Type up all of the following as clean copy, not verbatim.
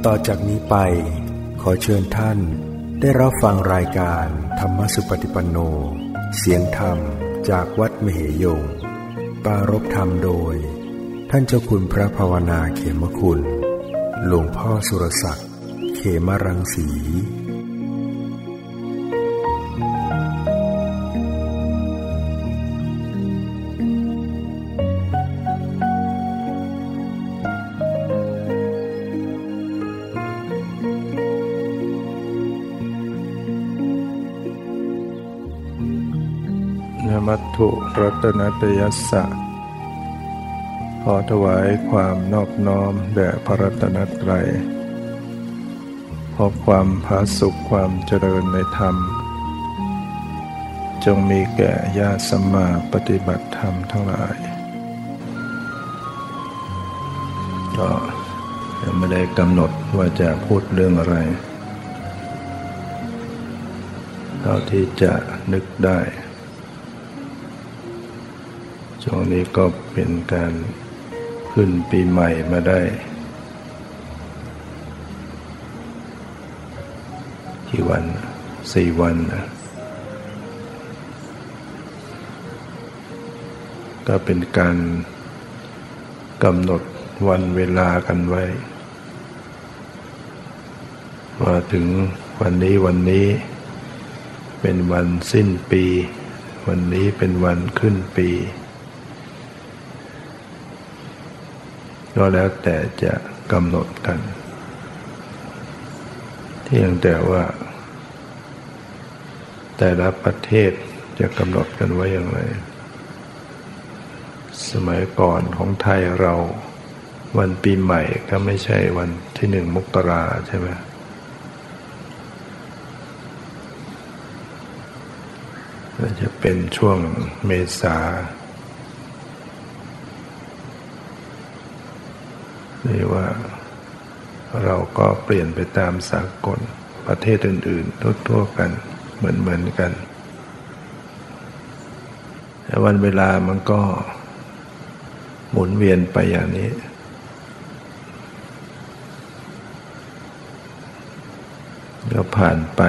ต่อจากนี้ไปขอเชิญท่านได้รับฟังรายการธรรมสุปฏิปันโนเสียงธรรมจากวัดมเหยงปรารภธรรมโดยท่านเจ้าคุณพระภาวนาเขมคุณหลวงพ่อสุรศักดิ์เขมรังสีมัตถุรัตนตยัสสะขอถวายความนอบน้อมแด่พระรัตนตรัยขอความผาสุกความเจริญในธรรมจงมีแก่ญาติสัมมาปฏิบัติธรรมทั้งหลายก็ยังไม่ได้กำหนดว่าจะพูดเรื่องอะไรเท่าที่จะนึกได้ช่วงนี้ก็เป็นการขึ้นปีใหม่มาได้กี่วัน4 วันก็เป็นการกำหนดวันเวลากันไว้ว่าถึงวันนี้เป็นวันสิ้นปีวันนี้เป็นวันขึ้นปีก็แล้วแต่จะกำหนดกันเพียงแต่ว่าแต่ละประเทศจะกำหนดกันไว้อย่างไรสมัยก่อนของไทยเราวันปีใหม่ก็ไม่ใช่วันที่1 มกราใช่ไหมจะเป็นช่วงเมษานี่ว่าเราก็เปลี่ยนไปตามสากลประเทศอื่นๆทั่วๆกันเหมือนกันแต่วันเวลามันก็หมุนเวียนไปอย่างนี้ก็ผ่านไป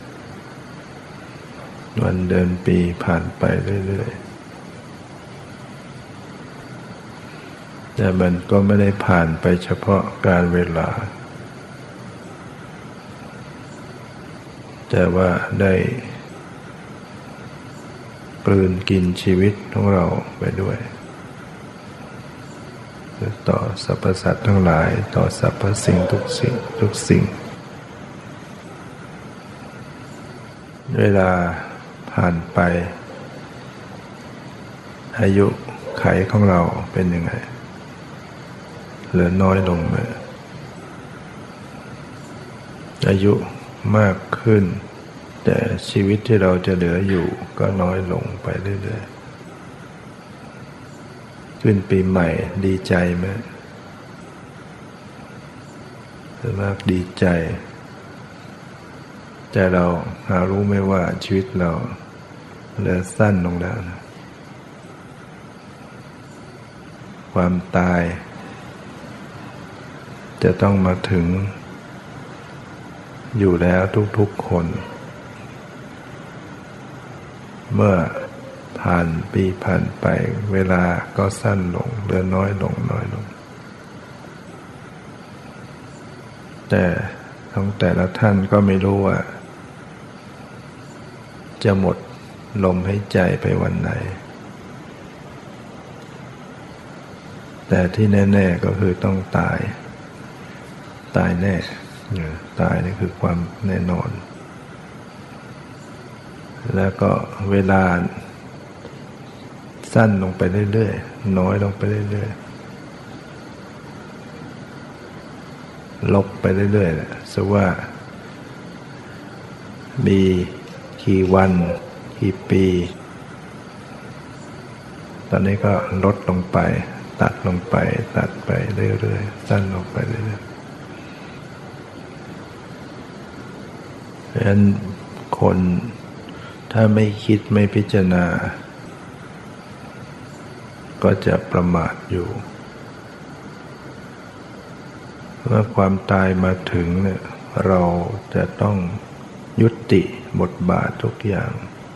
วันเดือนปีผ่านไปเรื่อยๆแต่มันก็ไม่ได้ผ่านไปเฉพาะการเวลาแต่ว่าได้กลืนกินชีวิตของเราไปด้วยต่อสรรพสัตว์ทั้งหลายต่อสรรพสิ่งทุกสิ่งเวลาผ่านไปอายุไขของเราเป็นยังไงเหลือน้อยลงไหมอายุมากขึ้นแต่ชีวิตที่เราจะเหลืออยู่ก็น้อยลงไปเรื่อยๆขึ้นปีใหม่ดีใจไหมส่วนมากดีใจแต่เราหารู้ไหมว่าชีวิตเราเหลือสั้นลงแล้วนะความตายจะต้องมาถึงอยู่แล้วทุกๆคนเมื่อผ่านปีผ่านไปเวลาก็สั้นลงเหลือน้อยลงแต่ทั้งแต่ละท่านก็ไม่รู้ว่าจะหมดลมหายใจไปวันไหนแต่ที่แน่ๆก็คือต้องตายแน่ตายนี่คือความแน่นอนแล้วก็เวลาสั้นลงไปเรื่อยๆน้อยลงไปเรื่อยๆลบไปเรื่อยๆแหละซะว่ามีกี่วันกี่ปีตอนนี้ก็ลดลงไปตัดลงไปตัดไปเรื่อยๆสั้นลงไปเรื่อยๆเพราะฉะนั้นคนถ้าไม่คิดไม่พิจารณาก็จะประมาทอยู่เมื่อความตายมาถึงเนี่ยเราจะต้องยุติบทบาททุกอย่าง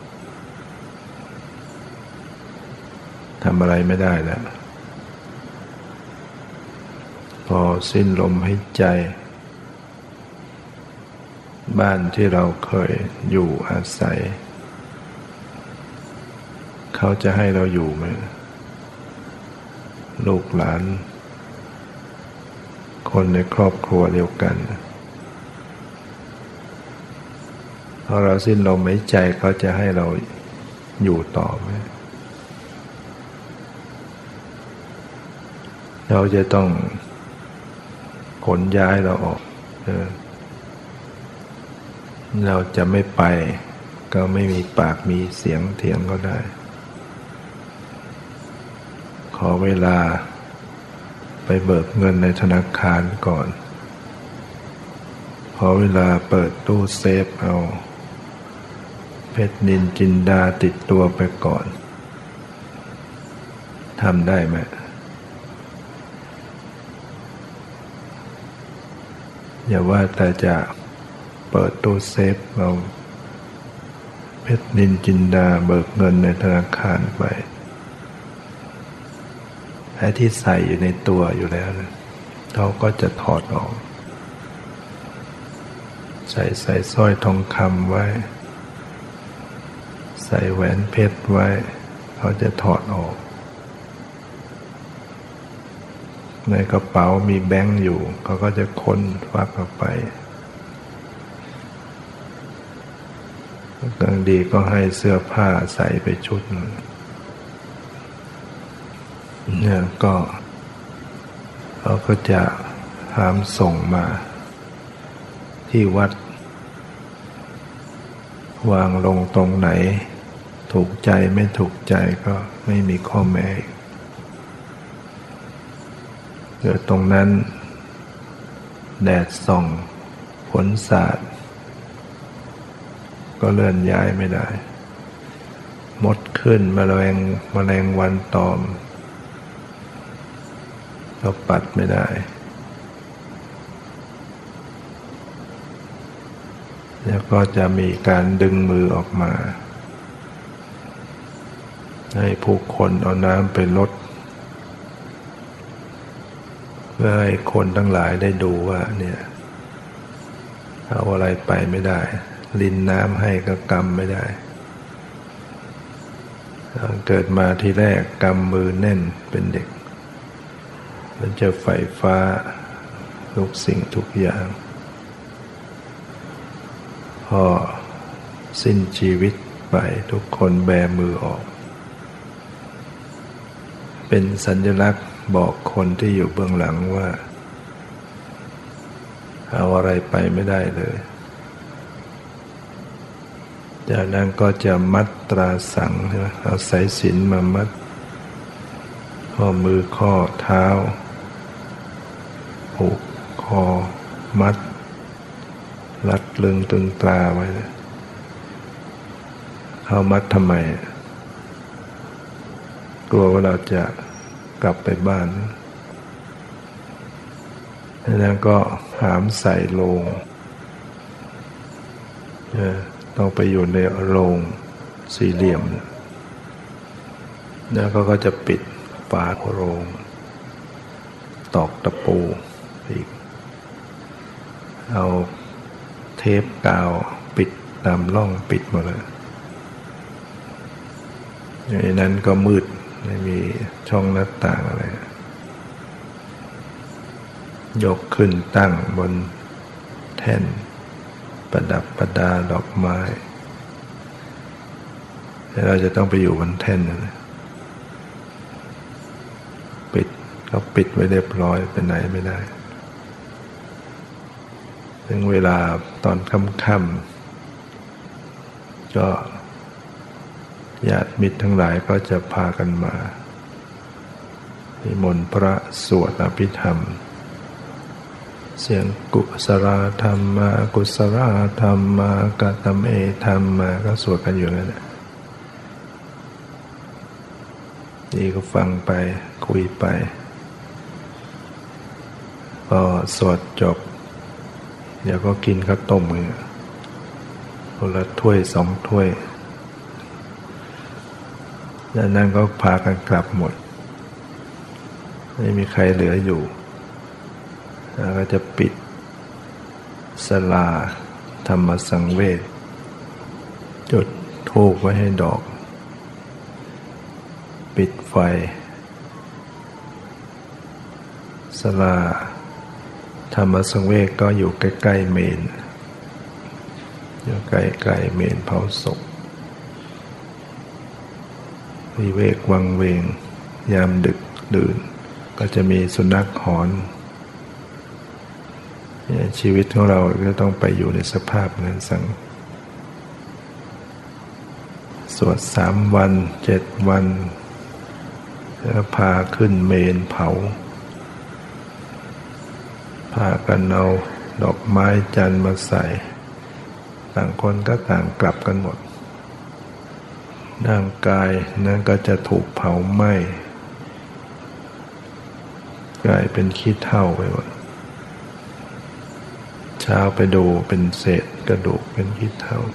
ทำอะไรไม่ได้แล้วพอสิ้นลมหายใจบ้านที่เราเคยอยู่อาศัยเขาจะให้เราอยู่ไหมลูกหลานคนในครอบครัวเดียวกันพอเราสิ้นลมหายใจเขาจะให้เราอยู่ต่อไหมเราจะต้องขนย้ายเราออกเราจะไม่ไปก็ไม่มีปากมีเสียงเถียงก็ได้ขอเวลาไปเบิกเงินในธนาคารก่อนขอเวลาเปิดตู้เซฟเอาเพชรนิลจินดาติดตัวไปก่อนทำได้ไหมอย่าว่าแต่จะเปิดตู้เซฟเอาเพชรนิลจินดาเบิกเงินในธนาคารไปไอ้ที่ใส่อยู่ในตัวอยู่แล้วนะเขาก็จะถอดออกใส่สร้อยทองคำไว้ใส่แหวนเพชรไว้เขาจะถอดออกในกระเป๋ามีแบงค์อยู่เขาก็จะค้นฟักออกไปบางทีก็ให้เสื้อผ้าใส่ไปชุดนึงเนี่ยก็เขาก็จะหามส่งมาที่วัดวางลงตรงไหนถูกใจไม่ถูกใจก็ไม่มีข้อแม้เกิดตรงนั้นแดดส่องฝนสาดก็เลื่อนย้ายไม่ได้มดขึ้นแมลงวันตอมก็ปัดไม่ได้แล้วก็จะมีการดึงมือออกมาให้ผู้คนเอาน้ำไปลดเพื่อให้คนทั้งหลายได้ดูว่าเนี่ยเอาอะไรไปไม่ได้ลินน้ำให้ก็กำไม่ได้เกิดมาทีแรกกำมือแน่นเป็นเด็กมันจะใฝ่ฟ้าทุกสิ่งทุกอย่างพอสิ้นชีวิตไปทุกคนแบมือออกเป็นสัญลักษณ์บอกคนที่อยู่เบื้องหลังว่าเอาอะไรไปไม่ได้เลยจากนั้นก็จะมัดตราสังใช่ไหมเอาสายสิญจน์มามัดข้อมือข้อเท้าผูกคอมัดรัดลึงตึงตราไว้เขามัดทำไมกลัวว่าเราจะกลับไปบ้านแล้วก็หามใส่โลงต้องไปอยู่ในโลงสี่เหลี่ยมแล้วก็จะปิดฝาโลงตอกตะปูอีกเอาเทปกาวปิดตามร่องปิดหมดเลยในนั้นก็มืดไม่มีช่องหน้าต่างอะไรยกขึ้นตั้งบนแท่นประดับประดาดอกไม้แล้วเราจะต้องไปอยู่บนแท่นนะปิดเขาปิดไว้เรียบร้อยไปไหนไม่ได้ถึงเวลาตอนค่ำๆก็ญาติมิตรทั้งหลายก็จะพากันมานิมนต์พระสวดอภิธรรมเสียงกุศลธรรมากุศลธรรมากตเมธรรมาก็สวดกันอยู่นั่นแหละนี่ก็ฟังไปคุยไปพออสวดจบเดี๋ยวก็กินข้าวต้มเลยคนละถ้วย2 ถ้วยแล้วนั่นก็พากันกลับหมดไม่มีใครเหลืออยู่แล้วก็จะปิดศาลาธรรมสังเวชจุดธูปไว้ให้ดอกปิดไฟศาลาธรรมสังเวชก็อยู่ใกล้ๆเมนอยู่ใกล้ๆเมนเผาศพวิเวกวังเวงยามดึกดื่นก็จะมีสุนัขหอนชีวิตของเราก็ต้องไปอยู่ในสภาพนั้นสังสวด3 วัน 7 วันแล้วพาขึ้นเมนเผาพากันเอาดอกไม้จันทร์มาใส่ต่างคนก็ต่างกลับกันหมดร่างกายนั้นก็จะถูกเผาไหม้กลายเป็นขี้เถ้าไปหมดเช้าไปดูเป็นเศษกระดูกเป็นขี้เถ้า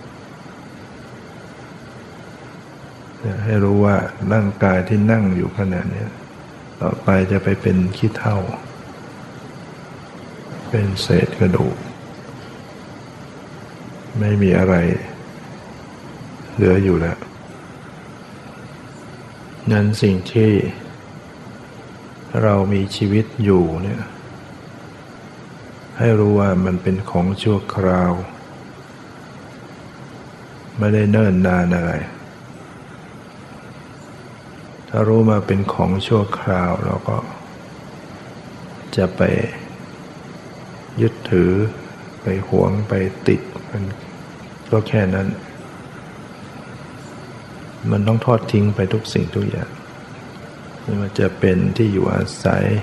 ให้รู้ว่าร่างกายที่นั่งอยู่ขณะนี้ต่อไปจะไปเป็นขี้เถ้าเป็นเศษกระดูกไม่มีอะไรเหลืออยู่แล้วนั้นสิ่งที่เรามีชีวิตอยู่เนี่ยให้รู้ว่ามันเป็นของชั่วคราวไม่ได้เนิ่นนานอะไรถ้ารู้มาเป็นของชั่วคราวเราก็จะไปยึดถือไปหวงไปติดมันก็แค่นั้นมันต้องทอดทิ้งไปทุกสิ่งทุกอย่างไม่ว่าจะเป็นที่อยู่อาศัย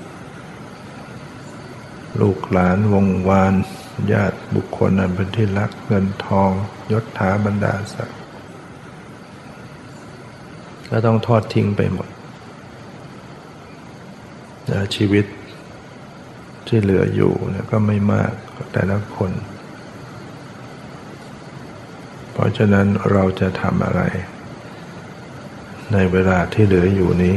ลูกหลานวงวานญาติบุคคลอันเป็นที่รักเงินทองยศถาบรรดาศักดิ์ก็ต้องทอดทิ้งไปหมดชีวิตที่เหลืออยู่เนี่ยก็ไม่มากแต่ละคนเพราะฉะนั้นเราจะทำอะไรในเวลาที่เหลืออยู่นี้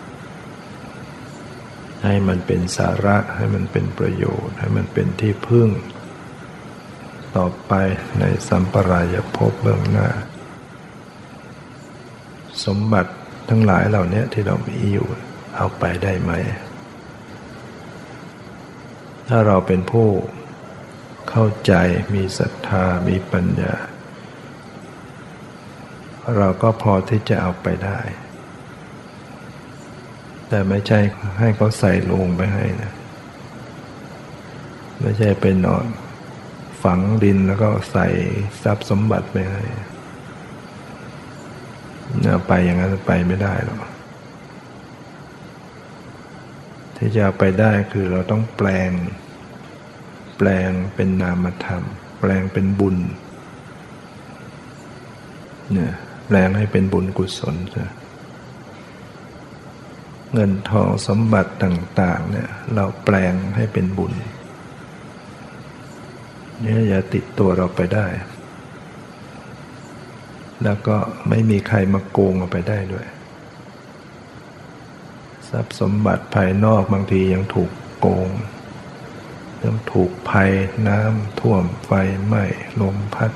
ให้มันเป็นสาระให้มันเป็นประโยชน์ให้มันเป็นที่พึ่งต่อไปในสัมปรายภพเบื้องหน้าสมบัติทั้งหลายเหล่านี้ที่เรามีอยู่เอาไปได้ไหมถ้าเราเป็นผู้เข้าใจมีศรัทธามีปัญญาเราก็พอที่จะเอาไปได้แต่ไม่ใช่ให้เขาใส่ลงไปให้นะไม่ใช่ไปนอนฝังดินแล้วก็ใส่ทรัพย์สมบัติไปให้ไปอย่างนั้นไปไม่ได้หรอกที่จะเอาไปได้คือเราต้องแปลงเป็นนามธรรมแปลงเป็นบุญเนี่ยแปลงให้เป็นบุญกุศลซะเงินทองสมบัติต่างๆเนี่ยเราแปลงให้เป็นบุญเนี่ยอย่าติดตัวเราไปได้แล้วก็ไม่มีใครมาโกงเอาไปได้ด้วยทรัพย์สมบัติภายนอกบางทียังถูกโกงยังถูกภัยน้ำท่วมไฟไหม้ลมพัด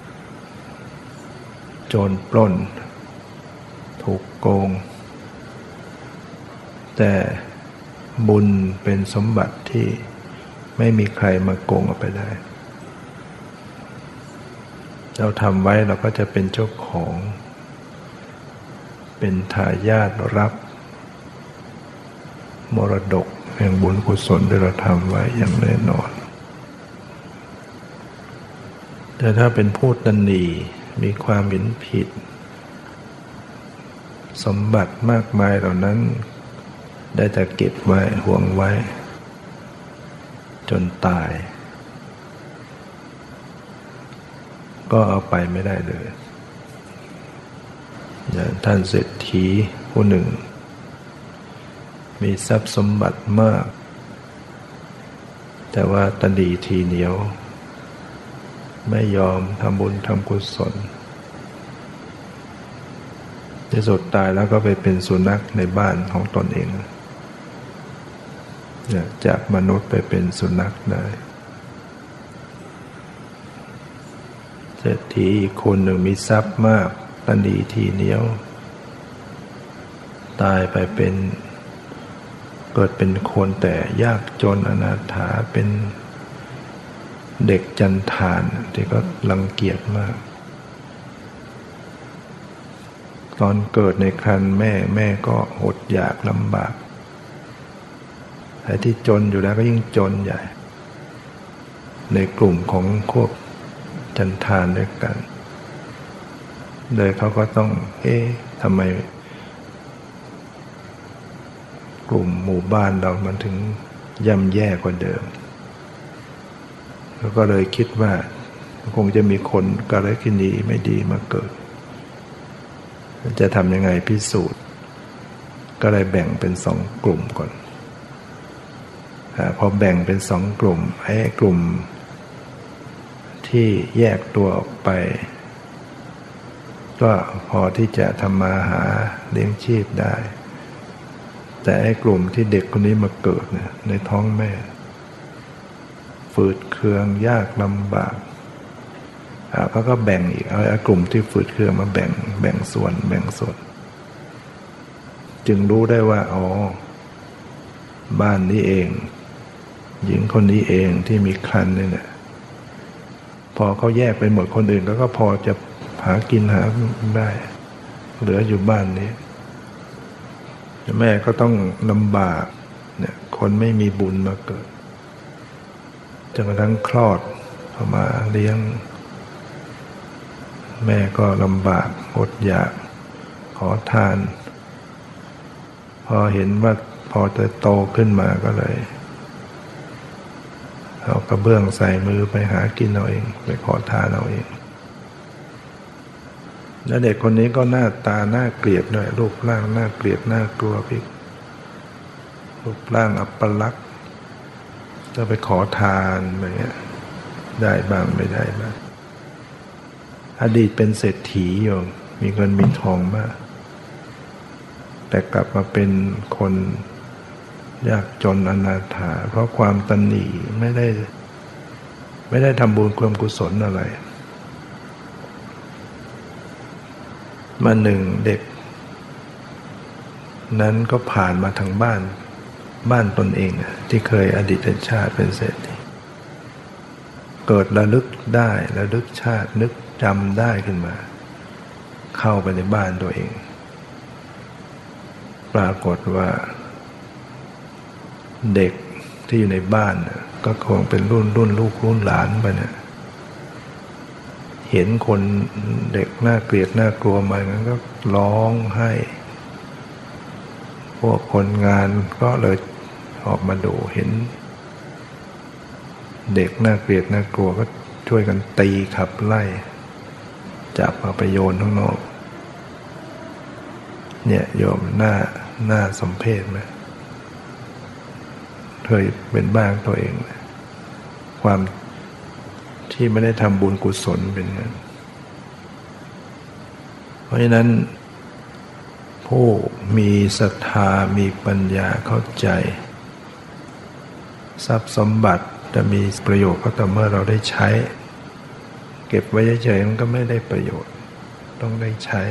โจรปล้นถูกโกงแต่บุญเป็นสมบัติที่ไม่มีใครมาโกงเอาไปได้เราทำไว้เราก็จะเป็นเจ้าของเป็นทายาทรับมรดกแห่งบุญกุศลที่เราทำไว้อย่างแน่นอนแต่ถ้าเป็นผู้ตนีมีความเห็นผิดสมบัติมากมายเหล่านั้นได้แต่เก็บไว้ห่วงไว้จนตายก็เอาไปไม่ได้เลยอย่างท่านเศรษฐีผู้หนึ่งมีทรัพย์สมบัติมากแต่ว่าตัณฑีทีเหนียวไม่ยอมทำบุญทำกุศลที่สุดตายแล้วก็ไปเป็นสุนัขในบ้านของตนเองจากมนุษย์ไปเป็นสุนัขได้เศรษฐีอีกคนหนึ่งมีทรัพย์มากตัณฑีทีเหนียวตายไปเป็นเกิดเป็นคนแต่ยากจนอนาถาเป็นเด็กจันทานที่ก็รังเกียจมากตอนเกิดในครรภ์แม่ก็อดอยากลำบากไอ้ที่จนอยู่แล้วก็ยิ่งจนใหญ่ในกลุ่มของพวกจันทานด้วยกันเลยเขาก็ต้องทำไมกลุ่มหมู่บ้านเรามันถึงย่ำแย่กว่าเดิมแล้วก็เลยคิดว่าคงจะมีคนกาลกิณีไม่ดีมาเกิดจะทำยังไงพิสูจน์ก็เลยแบ่งเป็นสองกลุ่มก่อนพอแบ่งเป็นสองกลุ่มไอ้กลุ่มที่แยกตัวออกไปก็พอที่จะทำมาหาเลี้ยงชีพได้แต่ไอ้กลุ่มที่เด็กคนนี้มาเกิดเนี่ยในท้องแม่ฝืดเคืองยากลำบากเขาก็แบ่งอีกเอากลุ่มที่ฝืดเคืองมาแบ่งส่วนจึงรู้ได้ว่าบ้านนี้เองหญิงคนนี้เองที่มีครรภ์เนี่ยพอเขาแยกไปหมดคนอื่นก็พอจะหากินหาได้เหลืออยู่บ้านนี้แม่ก็ต้องลำบากเนี่ยคนไม่มีบุญมาเกิดจนกระทั่งคลอดออกมาเลี้ยงแม่ก็ลำบากอดอยากขอทานพอเห็นว่าพอจะโตขึ้นมาก็เลยเอากระเบื้องใส่มือไปหากินเอาเองไปขอทานเอาเองแล้วเด็กคนนี้ก็หน้าตาน่าเกลียดด้วยรูปร่างน่าเกลียดน่ากลัวพี่รูปร่างอัปลักษณ์จะไปขอทานอะไรเงี้ยได้บ้างไม่ได้บ้างอดีตเป็นเศรษฐีอยู่มีเงินมีทองมากแต่กลับมาเป็นคนยากจนอนาถาเพราะความตนีไม่ได้ทำบุญความกุศลอะไรมาหนึ่งเด็กนั้นก็ผ่านมาทางบ้านตนเองที่เคยอดีตชาติเป็นเศรษฐีเกิดระลึกได้ระลึกชาตินึกจำได้ขึ้นมาเข้าไปในบ้านตัวเองปรากฏว่าเด็กที่อยู่ในบ้านก็คงเป็นรุ่นลูกรุ่นหลานไปเนี่ยเห็นคนเด็กน่าเกลียดน่ากลัวมางั้นก็ร้องไห้พวกคนงานก็เลยออกมาดูเห็นเด็กน่าเกลียดน่ากลัวก็ช่วยกันตีขับไล่จับเอาไปโยนข้างนอกเนี่ยโยมหน้าสมเพชไหมเคยเป็นบ้างตัวเองความที่ไม่ได้ทำบุญกุศลเป็นงั้นเพราะฉะนั้นผู้มีศรัทธามีปัญญาเข้าใจทรัพย์สมบัติจะมีประโยชน์ก็ต่อเมื่อเราได้ใช้เก็บไว้เฉยๆมันก็ไม่ได้ประโยชน์ต้องได้ใช้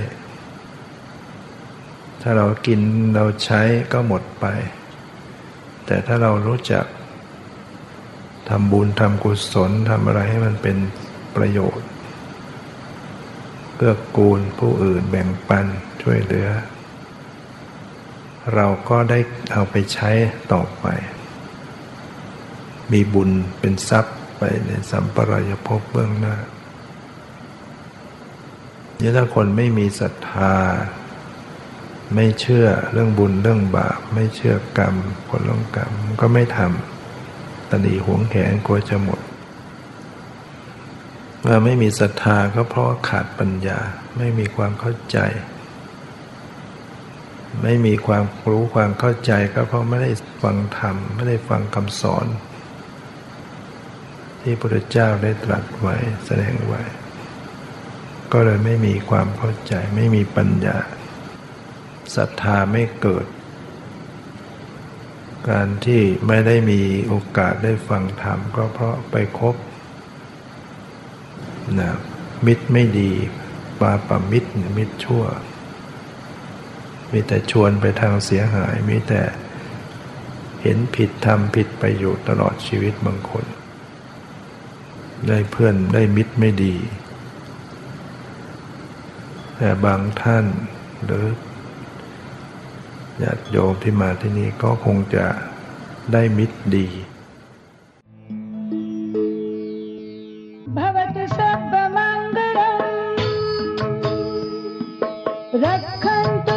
ถ้าเรากินเราใช้ก็หมดไปแต่ถ้าเรารู้จักทำบุญทำกุศลทำอะไรให้มันเป็นประโยชน์เกื้อกูลผู้อื่นแบ่งปันช่วยเหลือเราก็ได้เอาไปใช้ต่อไปมีบุญเป็นทรัพย์ไปในสัมปรายภพเบื้องหน้าเนี่ยถ้าคนไม่มีศรัทธาไม่เชื่อเรื่องบุญเรื่องบาปไม่เชื่อกรรมผลของกรรมก็ไม่ทำตนีหวงแหนกลัวจะหมดเมื่อไม่มีศรัทธาก็เพราะขาดปัญญาไม่มีความเข้าใจไม่มีความรู้ความเข้าใจก็เพราะไม่ได้ฟังธรรมไม่ได้ฟังคำสอนที่พระพุทธเจ้าได้ตรัสไว้แสดงไว้ก็เลยไม่มีความเข้าใจไม่มีปัญญาศรัทธาไม่เกิดการที่ไม่ได้มีโอกาสได้ฟังธรรมก็เพราะไปคบมิตรไม่ดีปาปมิตรมิตรชั่วมีแต่ชวนไปทางเสียหายมีแต่เห็นผิดทำผิดไปอยู่ตลอดชีวิตบางคนได้เพื่อนได้มิตรไม่ดีแต่บางท่านหรือญาติโยมที่มาที่นี่ก็คงจะได้มิตรดีรักขันตุ